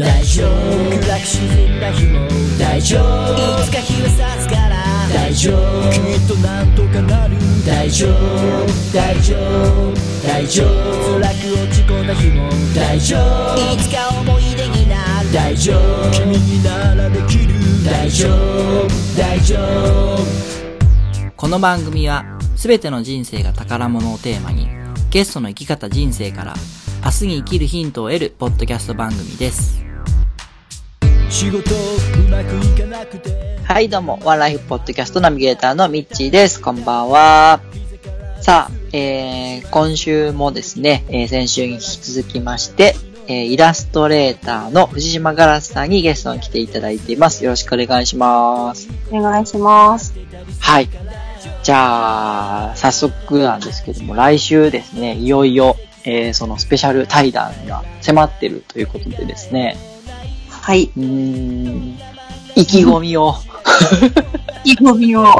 大丈夫暗く沈んだ日も大丈夫いつか日は差すから大丈夫きっとなんとかなる大丈夫大丈夫大丈夫辛く落ち込んだ日も大丈夫いつか思い出になる大丈夫君にならできる大丈夫大丈夫。 この番組はすべての人生が宝物をテーマにゲストの生き方人生から明日に生きるヒントを得るポッドキャスト番組です。 仕事うまくいかなくてはいどうも、ワンライフポッドキャストナビゲーターのミッチーです。こんばんは。さあ、今週もですね、先週に引き続きまして、イラストレーターの藤島ガラスさんにゲストに来ていただいています。よろしくお願いします。 お願いします。 はい。じゃあ、早速なんですけども、来週ですね、いよいよ、そのスペシャル対談が迫ってるということでですね。 はい。 意気込みを。 意気込みを。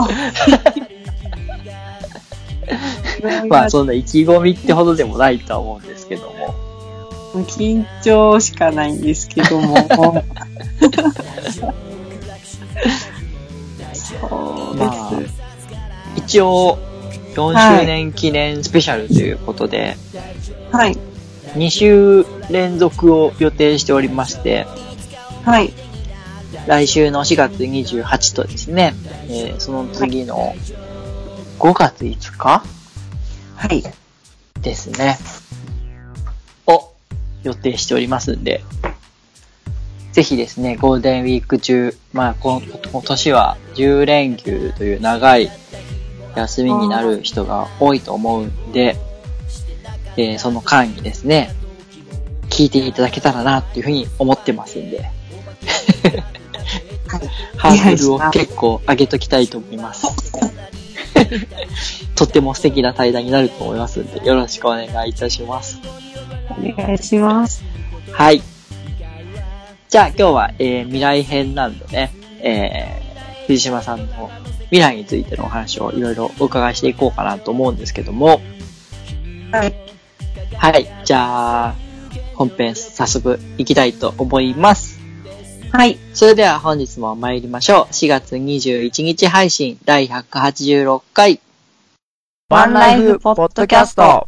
まあ、そんな意気込みってほどでもないとは思うんですけども。 緊張しかないんですけども。そうです。 まあ、一応、4周年記念スペシャルということで、 はい。 2週連続を予定しておりまして、 はい。 来週の4月28とですね、その次の5月5日はい。 ですね、を予定しておりますんで、ぜひですね、ゴールデンウィーク中、まあ今年は10連休という長い休みになる人が多いと思うんで、その間にですね、聞いていただけたらなというふうに思ってますんで、ハードルを結構上げときたいと思います。とっても素敵な対談になると思いますんで、よろしくお願いいたします。 お願いします。 はい。じゃあ今日は、未来編なんでね、藤島さんの未来についてのお話をいろいろお伺いしていこうかなと思うんですけども。 はい。 はい。じゃあ、本編早速行きたいと思います。 はい。 それでは本日も参りましょう。4月21日配信第186回。 ワンライフポッドキャスト。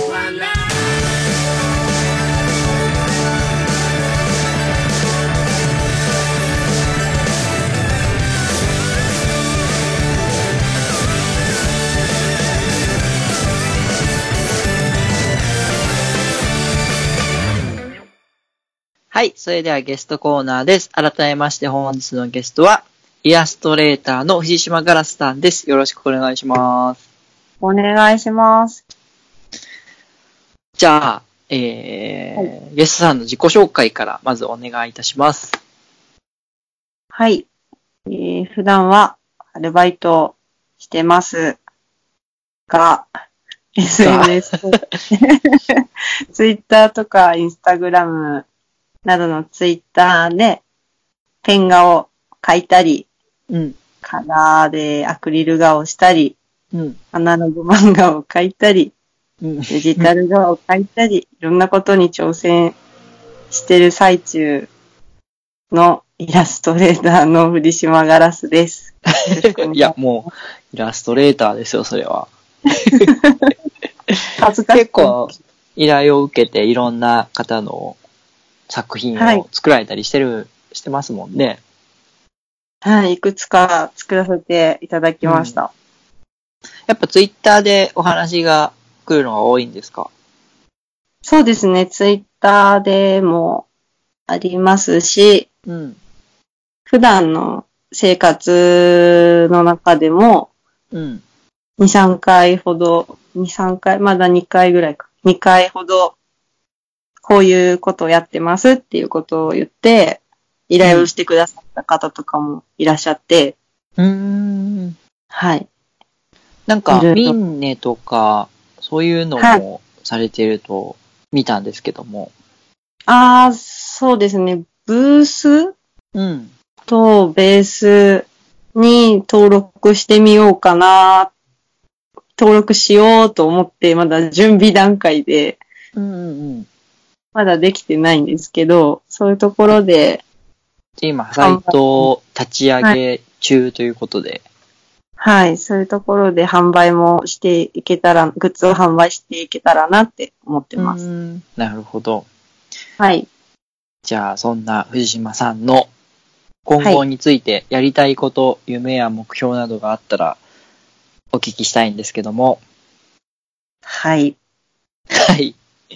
はい。それではゲストコーナーです。改めまして本日のゲストは、イラストレーターの藤島ガラスさんです。よろしくお願いします。 お願いします。 じゃあ、ゲストさんの自己紹介からまずお願いいたします。 はい。普段はアルバイトをしてますが、SNS、Twitter とか Instagram などのツイッターでペン画を描いたり、カラーでアクリル画をしたり、アナログ漫画を描いたり、デジタル画を描いたり、いろんなことに挑戦してる最中のイラストレーターの藤島ガラスです。 いや、もう、イラストレーターですよ、それは。 恥ずかしい。 結構、依頼を受けていろんな方の作品を作られたりしてますもんね。 はい、いくつか作らせていただきました。 やっぱツイッターでお話が来るのが多いんですか？ そうですね、ツイッターでもありますし、普段の生活の中でも、2、3回ほど、まだ2回ぐらいか。2回ほど、こういうことをやってますっていうことを言って、依頼をしてくださった方とかもいらっしゃって。はい。 なんか、ミンネとか、そういうのもされてると見たんですけども。 そうですね。ブースとベースに登録してみようかな。登録しようと思って、まだ準備段階で。 まだできてないんですけど、そういうところで。 今、サイト立ち上げ中ということで。 はい、そういうところで販売もしていけたら、グッズを販売していけたらなって思ってます。 なるほど。 はい。 じゃあ、そんな藤島さんの今後についてやりたいこと、夢や目標などがあったらお聞きしたいんですけども。 はい。 はい。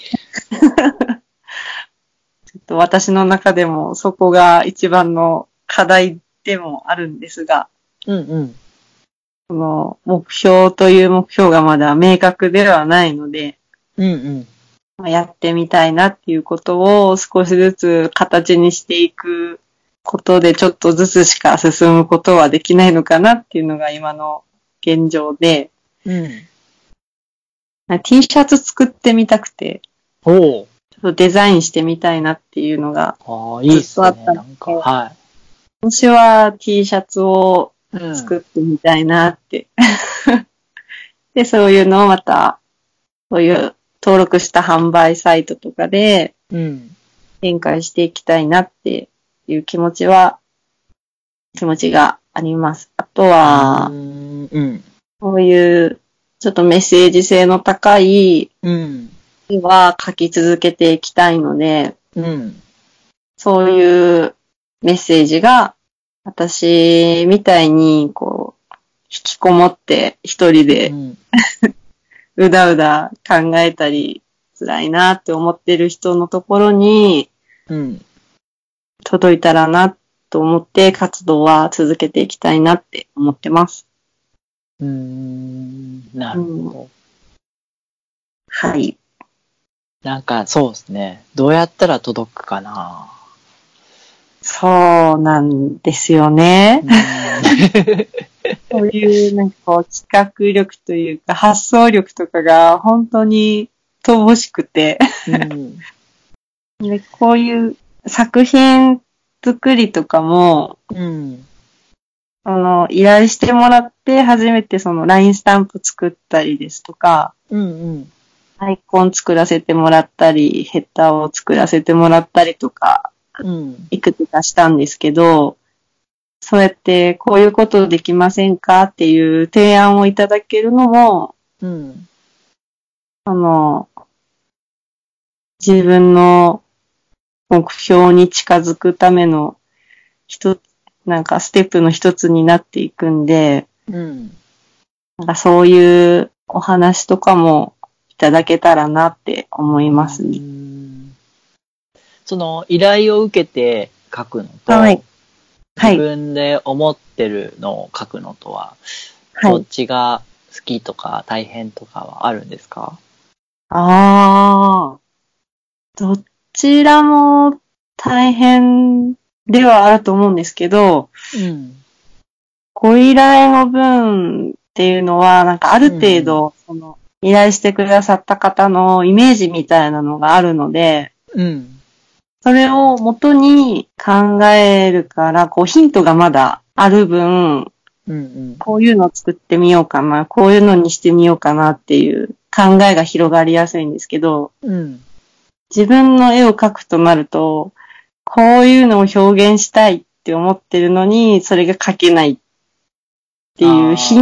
ちょっと私の中でもそこが一番の課題でもあるんですが。その目標という目標がまだ明確ではないので、やってみたいなっていうことを少しずつ形にしていくことでちょっとずつしか進むことはできないのかなっていうのが今の現状で、T シャツ作ってみたくて、ちょっとデザインしてみたいなっていうのがずっとあったので、今年は T シャツを作ってみたいなって。で、そういうのをまた、そういう登録した販売サイトとかで、展開していきたいなっていう気持ちがあります。あとは、そういうちょっとメッセージ性の高い絵は書き続けていきたいので、そういうメッセージが私みたいにこう引きこもって一人で、うだうだ考えたり辛いなって思ってる人のところに届いたらなと思って活動は続けていきたいなって思ってます。 なるほど。 はい。 なんかそうですね。どうやったら届くかな。 そうなんですよね。そういうなんかこう企画力というか発想力とかが本当に乏しくて、でこういう作品作りとかも、依頼してもらって初めてその LINE スタンプ作ったりですとか、アイコン作らせてもらったり、ヘッダーを作らせてもらったりとか、いくつかしたんですけど、そうやってこういうことできませんかっていう提案をいただけるのも、自分の目標に近づくためのなんかステップの一つになっていくんで、なんかそういうお話とかもいただけたらなって思いますね。 その依頼を受けて書くのと、自分で思ってるのを書くのとは、どっちが好きとか大変とかはあるんですか？ どちらも大変ではあると思うんですけど、ご依頼の分っていうのは、なんかある程度、依頼してくださった方のイメージみたいなのがあるので、それを元に考えるから、こうヒントがまだある分、こういうのを作ってみようかな、こういうのにしてみようかなっていう考えが広がりやすいんですけど、自分の絵を描くとなると、こういうのを表現したいって思ってるのに、それが描けないっていうヒ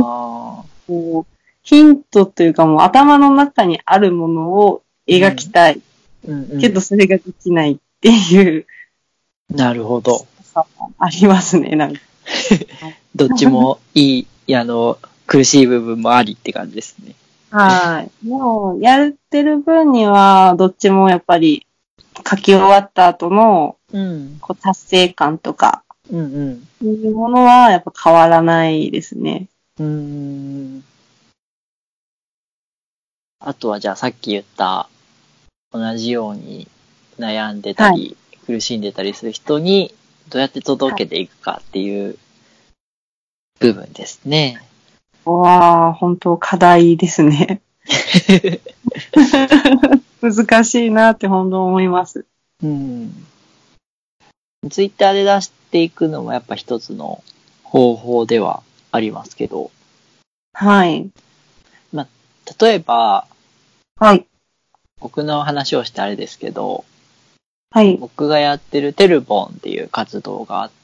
ントというかもう頭の中にあるものを描きたい。けどそれができないっていう。 なるほど。 ありますね、なんか。 どっちもいい、苦しい部分もありって感じですね。 はい。もう、やってる分には、どっちもやっぱり、書き終わった後の、こう達成感とか、いうものはやっぱ変わらないですね。 あとはじゃあさっき言った同じように悩んでたり、苦しんでたりする人にどうやって届けていくかっていう部分ですね。 本当課題ですね。難しいなって本当思います。 ツイッターで出していくのもやっぱ一つの方法ではありますけど。例えば、僕の話をしてあれですけど、 はい。 僕がやってるテルボンっていう活動があって、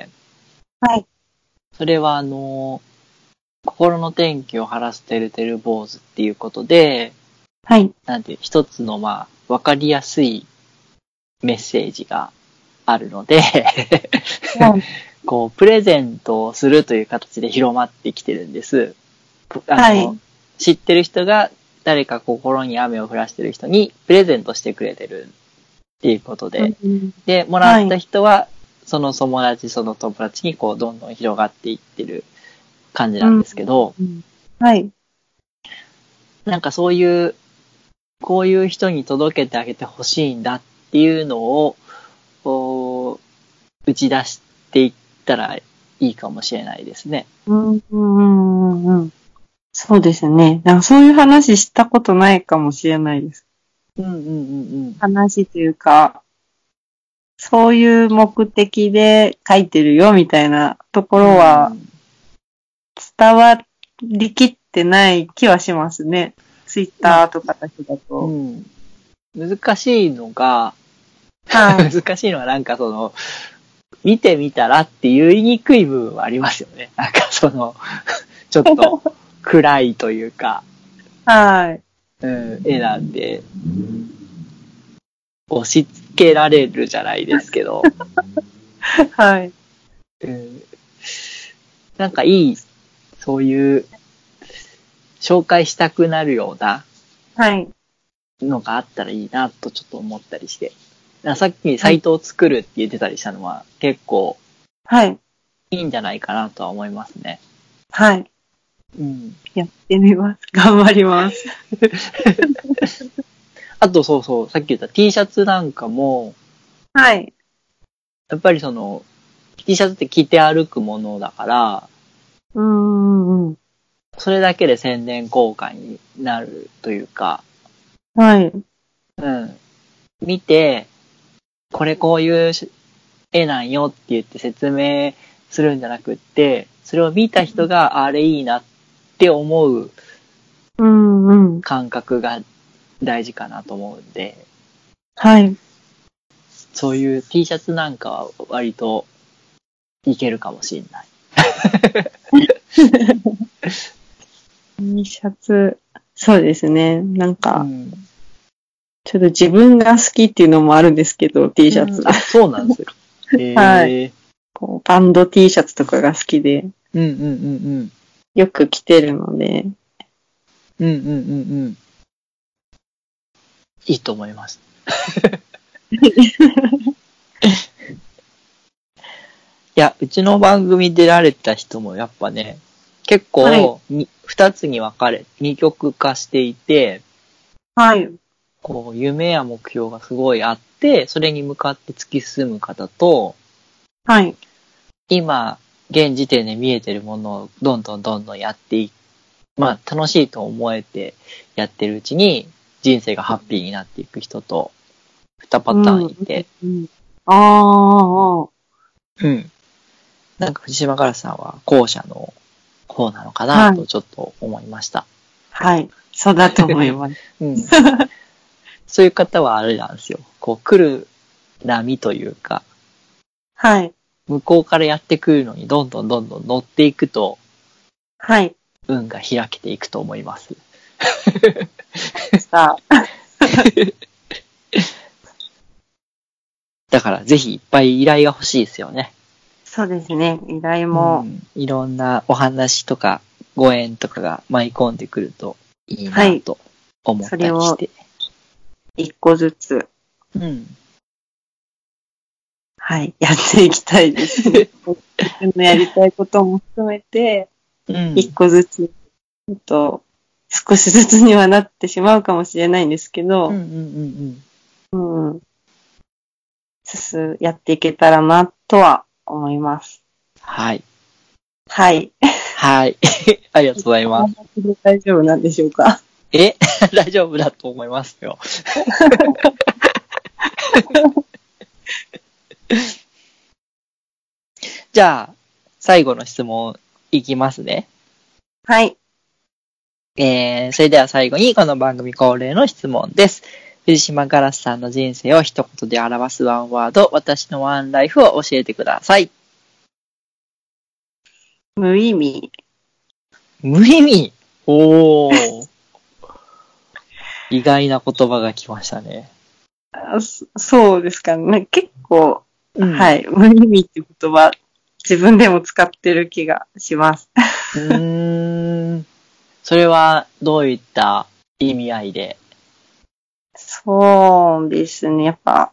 はい。 それは心の天気を晴らすてるてる坊主っていうことで、 はい。 なんていう、一つのわかりやすいメッセージがあるのではい、 こう、プレゼントをするという形で広まってきてるんです。 はい。 知ってる人が誰か心に雨を降らしてる人にプレゼントしてくれてるっていうことで、で、もらった人は、その友達にこう、どんどん広がっていってる感じなんですけど、 はい。 なんかそういう、こういう人に届けてあげてほしいんだっていうのを、こう、打ち出していったらいいかもしれないですね。 そうですね。なんかそういう話したことないかもしれないです。話というか、そういう目的で書いてるよみたいなところは、伝わりきってない気はしますね。ツイッターとかだけだと。 難しいのが、 はい、 難しいのはなんか見てみたらって言いにくい部分はありますよね。なんかちょっと暗いというか、 はい。 絵なんで、押し付けられるじゃないですけど、 はい。 なんかいい、そういう紹介したくなるようなのがあったらいいなとちょっと思ったりして。さっきサイトを作るって言ってたりしたのは結構いいんじゃないかなとは思いますね。 はい。やってみます。頑張ります。 あとそう、さっき言った T シャツなんかも、 はい。 やっぱりT シャツって着て歩くものだから、それだけで宣伝効果になるというか、 はい。 見て、こういう絵なんよって言って説明するんじゃなくって、それを見た人があれいいなって思う感覚が大事かなと思うんで、 はい。 そういう T シャツなんかは割といけるかもしれない。 T シャツ、そうですね。なんか、ちょっと自分が好きっていうのもあるんですけど、T シャツ。 そうなんですよ。 はい。こうバンド T シャツとかが好きで、よく着てるので、 いいと思います。いや、うちの番組出られた人もやっぱね、結構、二つに分かれ、二極化していて、 はい。 こう、夢や目標がすごいあって、それに向かって突き進む方と、 はい。 今、現時点で見えてるものをどんどんやっていく。楽しいと思えてやってるうちに、人生がハッピーになっていく人と、二パターンいて。なんか藤島ガラスさんは後者の方なのかなとちょっと思いました。 はい。そうだと思います。 そういう方はあれなんですよ。こう来る波というか、 はい。 向こうからやってくるのにどんどん乗っていくと、 はい。 運が開けていくと思います。 さあ。 だからぜひいっぱい依頼が欲しいですよね。 そうですね。依頼も、 いろんなお話とかご縁とかが舞い込んでくるといいなと思ったりして。それを一個ずつ。はい。やっていきたいですね。自分のやりたいことも含めて、一個ずつ、少しずつにはなってしまうかもしれないんですけど、やっていけたらなとは思います。 はい。 はい。 はい。ありがとうございます。 大丈夫なんでしょうか？ 大丈夫だと思いますよ。じゃあ、最後の質問いきますね。 はい。 それでは最後にこの番組恒例の質問です。 藤島ガラスさんの人生を一言で表すワンワード、私のワンライフを教えてください。 無意味。 無意味。おー。意外な言葉が来ましたね。 そうですかね。結構、 はい。 無意味って言葉、自分でも使ってる気がします。 それはどういった意味合いで？ そうですね。やっぱ、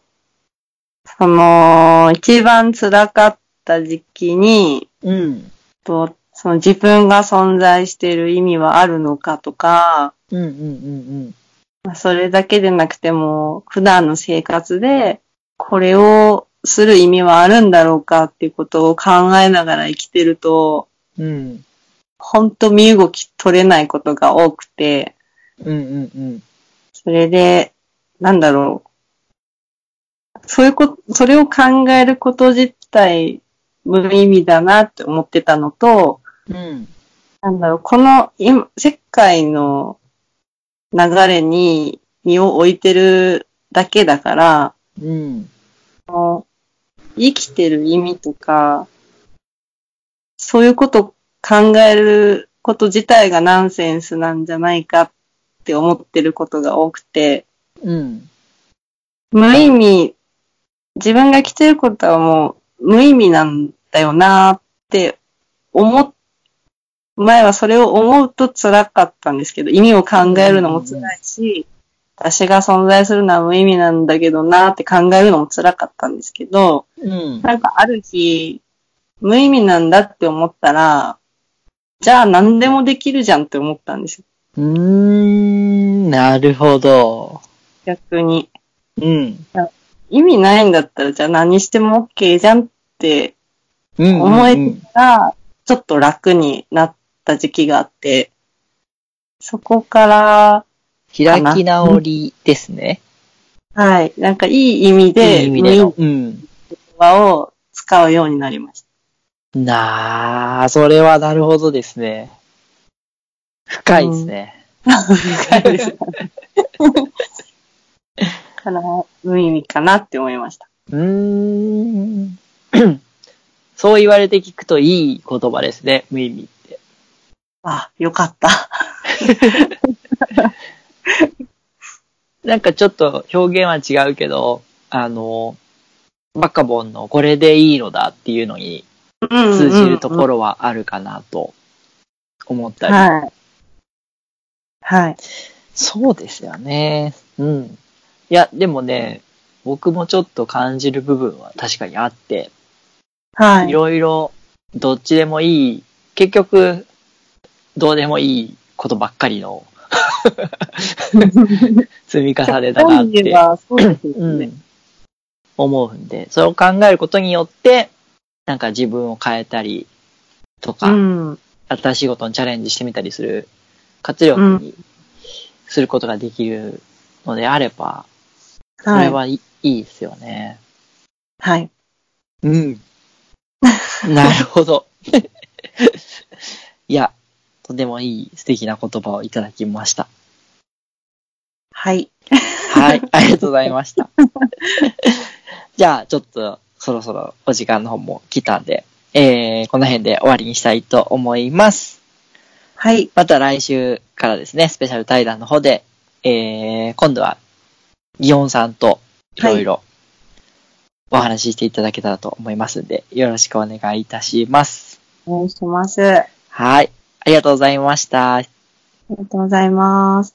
一番辛かった時期に、その自分が存在している意味はあるのかとか、それだけでなくても、普段の生活で、これをする意味はあるんだろうかっていうことを考えながら生きてると、ほんと身動き取れないことが多くて、それで、なんだろう。それを考えること自体無意味だなって思ってたのと、なんだろう、この世界の流れに身を置いてるだけだから、生きてる意味とか、そういうことを考えること自体がナンセンスなんじゃないかって思ってることが多くて、無意味、自分が来てることはもう無意味なんだよなって前はそれを思うと辛かったんですけど、意味を考えるのも辛いし、私が存在するのは無意味なんだけどなって考えるのも辛かったんですけど、なんかある日、無意味なんだって思ったら、じゃあ何でもできるじゃんって思ったんですよ。 なるほど。 逆に。意味ないんだったら、じゃあ何しても OK じゃんって思えたら、ちょっと楽になった時期があって、そこから開き直りですね。 はい。なんかいい意味で、無意味の言葉を使うようになりました。 それはなるほどですね。深いですね。 深いですね。無意味かなって思いました。 そう言われて聞くといい言葉ですね、無意味って。 あ、よかった。 なんかちょっと表現は違うけど、バカボンのこれでいいのだっていうのに通じるところはあるかなと思ったり。 はい。 そうですよね。いや、でもね、僕もちょっと感じる部分は確かにあって、いろいろどっちでもいい、結局どうでもいいことばっかりの積み重ねだなって思うんで、それを考えることによってなんか自分を変えたりとか、新しいことにチャレンジしてみたりする活力にすることができるのであれば、それはいいですよね。 はい。 なるほど。いや、とてもいい素敵な言葉をいただきました。 はい。 はい、ありがとうございました。じゃあ、ちょっとそろそろお時間の方も来たんで、この辺で終わりにしたいと思います。 はい。 また来週からですね、スペシャル対談の方で、今度はギオンさんといろいろお話ししていただけたらと思いますので、よろしくお願いいたします。 お願いします。 はい。ありがとうございました。ありがとうございます。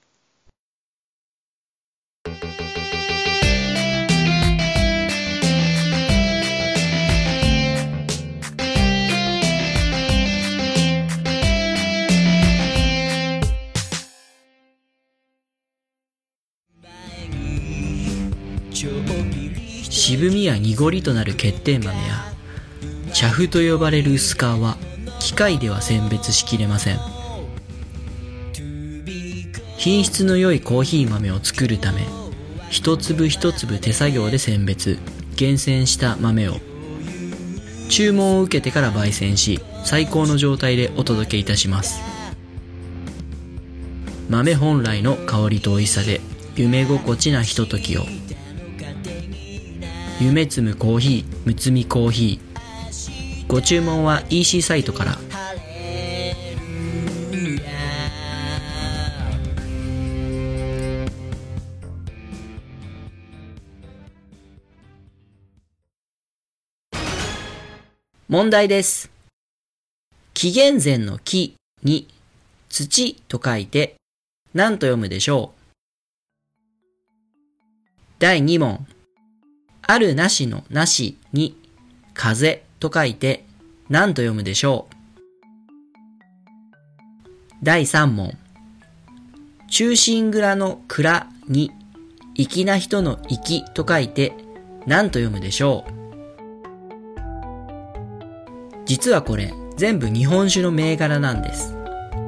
渋みや濁りとなる欠点豆や茶粉と呼ばれる薄皮は機械では選別しきれません。品質の良いコーヒー豆を作るため、一粒一粒手作業で選別厳選した豆を注文を受けてから焙煎し、最高の状態でお届けいたします。豆本来の香りと美味しさで夢心地なひとときを。夢摘むコーヒー、むつみコーヒー。ご注文は EC サイトから。問題です。紀元前の紀に土と書いて何と読むでしょう？第2問。あるなしのなしに風と書いて何と読むでしょう？第3問。忠臣蔵の蔵に粋な人の粋と書いて何と読むでしょう？実はこれ全部日本酒の銘柄なんです。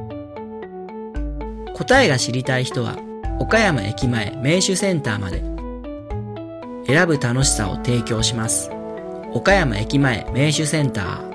答えが知りたい人は岡山駅前名酒センターまで。選ぶ楽しさを提供します。岡山駅前名酒センター。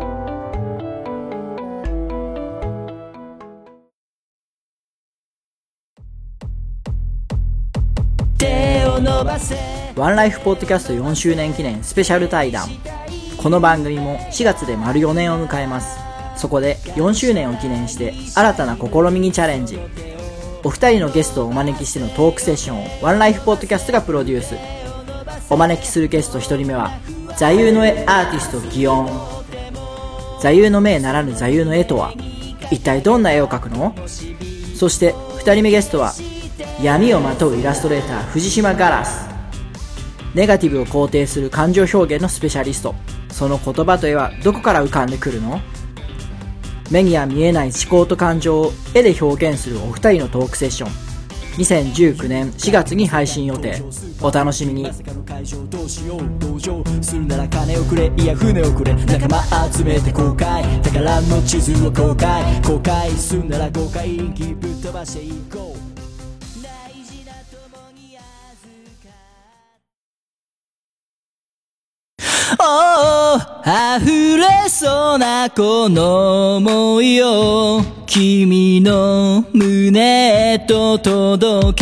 ワンライフポッドキャスト4周年記念スペシャル対談。この番組も4月で丸4年を迎えます。そこで4周年を記念して新たな試みにチャレンジ。お二人のゲストをお招きしてのトークセッションをワンライフポッドキャストがプロデュース。お招きするゲスト一人目は座右の絵アーティスト祇園。座右の銘ならぬ座右の絵とは一体どんな絵を描くの？そして二人目ゲストは闇をまとうイラストレーター藤島ガラス。ネガティブを肯定する感情表現のスペシャリスト。その言葉と絵はどこから浮かんでくるの？目には見えない思考と感情を絵で表現するお二人のトークセッション。2019年4月に配信予定。お楽しみに。するなら金をくれ、いや船をくれ、仲間集めて公開、宝の地図を公開するなら5回息ぶっ飛ばしていこう。溢れそうなこの想いを君の胸へと届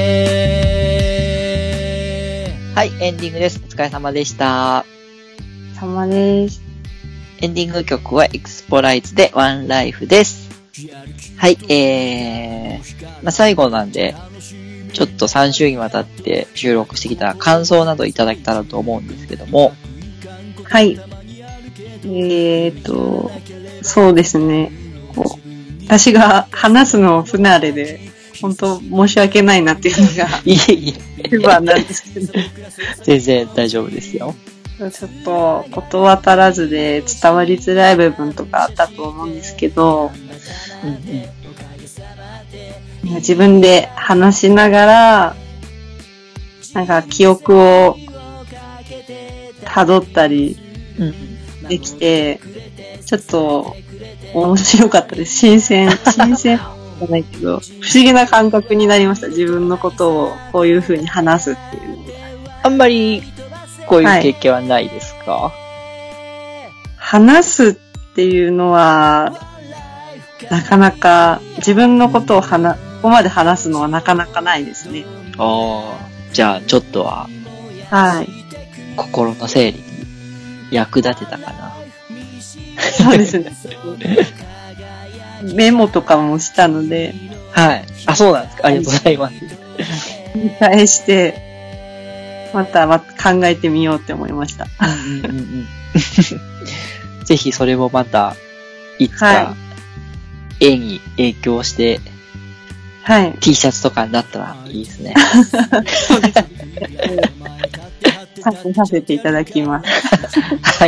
け。 はい、エンディングです。お疲れ様でした。 お疲れ様です。 エンディング曲はエクスポライズでワンライフです。はい、最後なんで、ちょっと3週にわたって収録してきた感想などいただけたらと思うんですけども。 はい。そうですね。私が話すの不慣れで、本当申し訳ないなっていうのが、一番なんですけど。 全然大丈夫ですよ。 ちょっと、言葉足らずで伝わりづらい部分とかあったと思うんですけど、自分で話しながら、なんか記憶を辿ったりできて、ちょっと面白かったです。新鮮じゃないけど、不思議な感覚になりました。自分のことをこういう風に話すっていう。 あんまりこういう経験はないですか？はい、 話すっていうのは、なかなか自分のことをここまで話すのはなかなかないですね。 じゃあちょっとは、 はい。 心の整理に役立てたかな。 そうですね。メモとかもしたので。 はい。あ、そうなんですか。ありがとうございます。 見返して、また考えてみようって思いました。 ぜひそれもまた、いつか、絵に影響して、 はい。 T シャツとかになったらいいですね。 そうですね。させていただきます。 はい。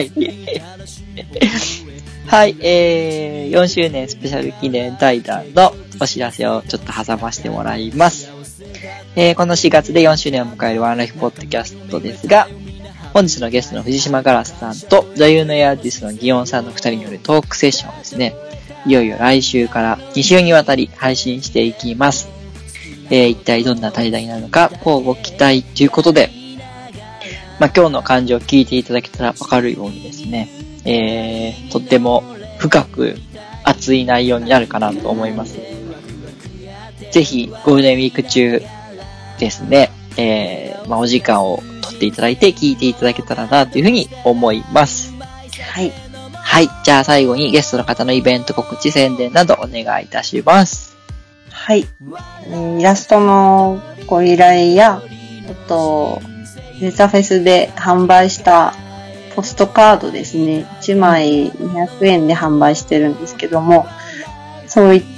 はい、4周年スペシャル記念対談のお知らせをちょっと挟ませてもらいます。この4月で4周年を迎えるワンライフポッドキャストですが、本日のゲストの藤島ガラスさんと座右の絵アーティストの祇園さんの2人によるトークセッションをですね、いよいよ来週から2週にわたり配信していきます。一体どんな対談になるのか、こうご期待ということで、今日の感情を聞いていただけたらわかるようにですね、とっても深く熱い内容になるかなと思います。ぜひゴールデンウィーク中ですね、お時間を取っていただいて聞いていただけたらなというふうに思います。 はい。 はい。じゃあ最後にゲストの方のイベント告知宣伝などお願いいたします。 はい。イラストのご依頼や、デザフェスで販売したポストカードですね。1枚200円で販売してるんですけども、そういった、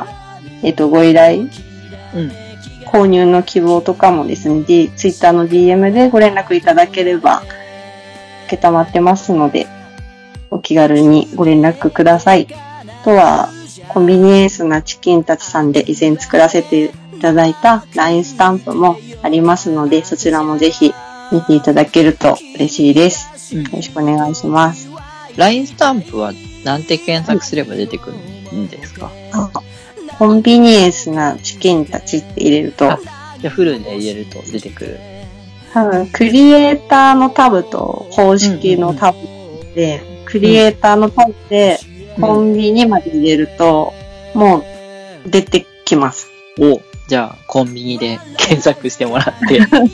ご依頼、購入の希望とかもですね、ツイッターの DM でご連絡いただければ、受けたまってますので、お気軽にご連絡ください。あとは、コンビニエンスなチキンたちさんで以前作らせていただいた LINE スタンプもありますので、そちらもぜひ見ていただけると嬉しいです。よろしくお願いします。 LINE スタンプはなんて検索すれば出てくるんですか？ コンビニエンスなチキンたちって入れると。 じゃあフルで入れると出てくる。 多分、クリエイターのタブと公式のタブで、クリエイターのタブでコンビニまで入れると、もう出てきます。 じゃあコンビニで検索してもらって、はい、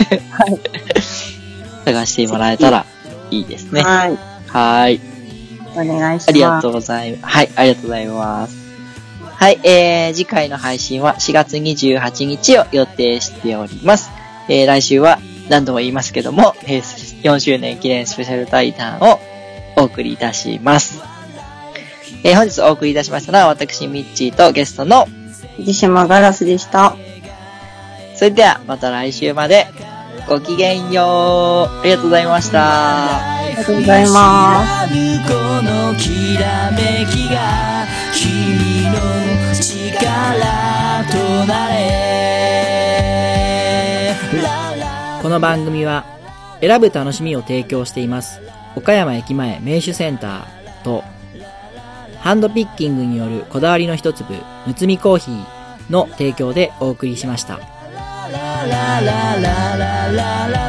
探してもらえたらいいですね。 はい。 はい。 お願いします。 ありがとうございます。はい、ありがとうございます。はい、次回の配信は4月28日を予定しております。来週は何度も言いますけども、4周年記念スペシャル対談をお送りいたします。本日お送りいたしましたのは私ミッチーとゲストの藤島ガラスでした。 それではまた来週までごきげんよう。ありがとうございました。 ありがとうございます。 このきらめきが君の力となれ。 この番組は選ぶ楽しみを提供しています岡山駅前名手センターとハンドピッキングによるこだわりの一粒むつみコーヒーの提供でお送りしました。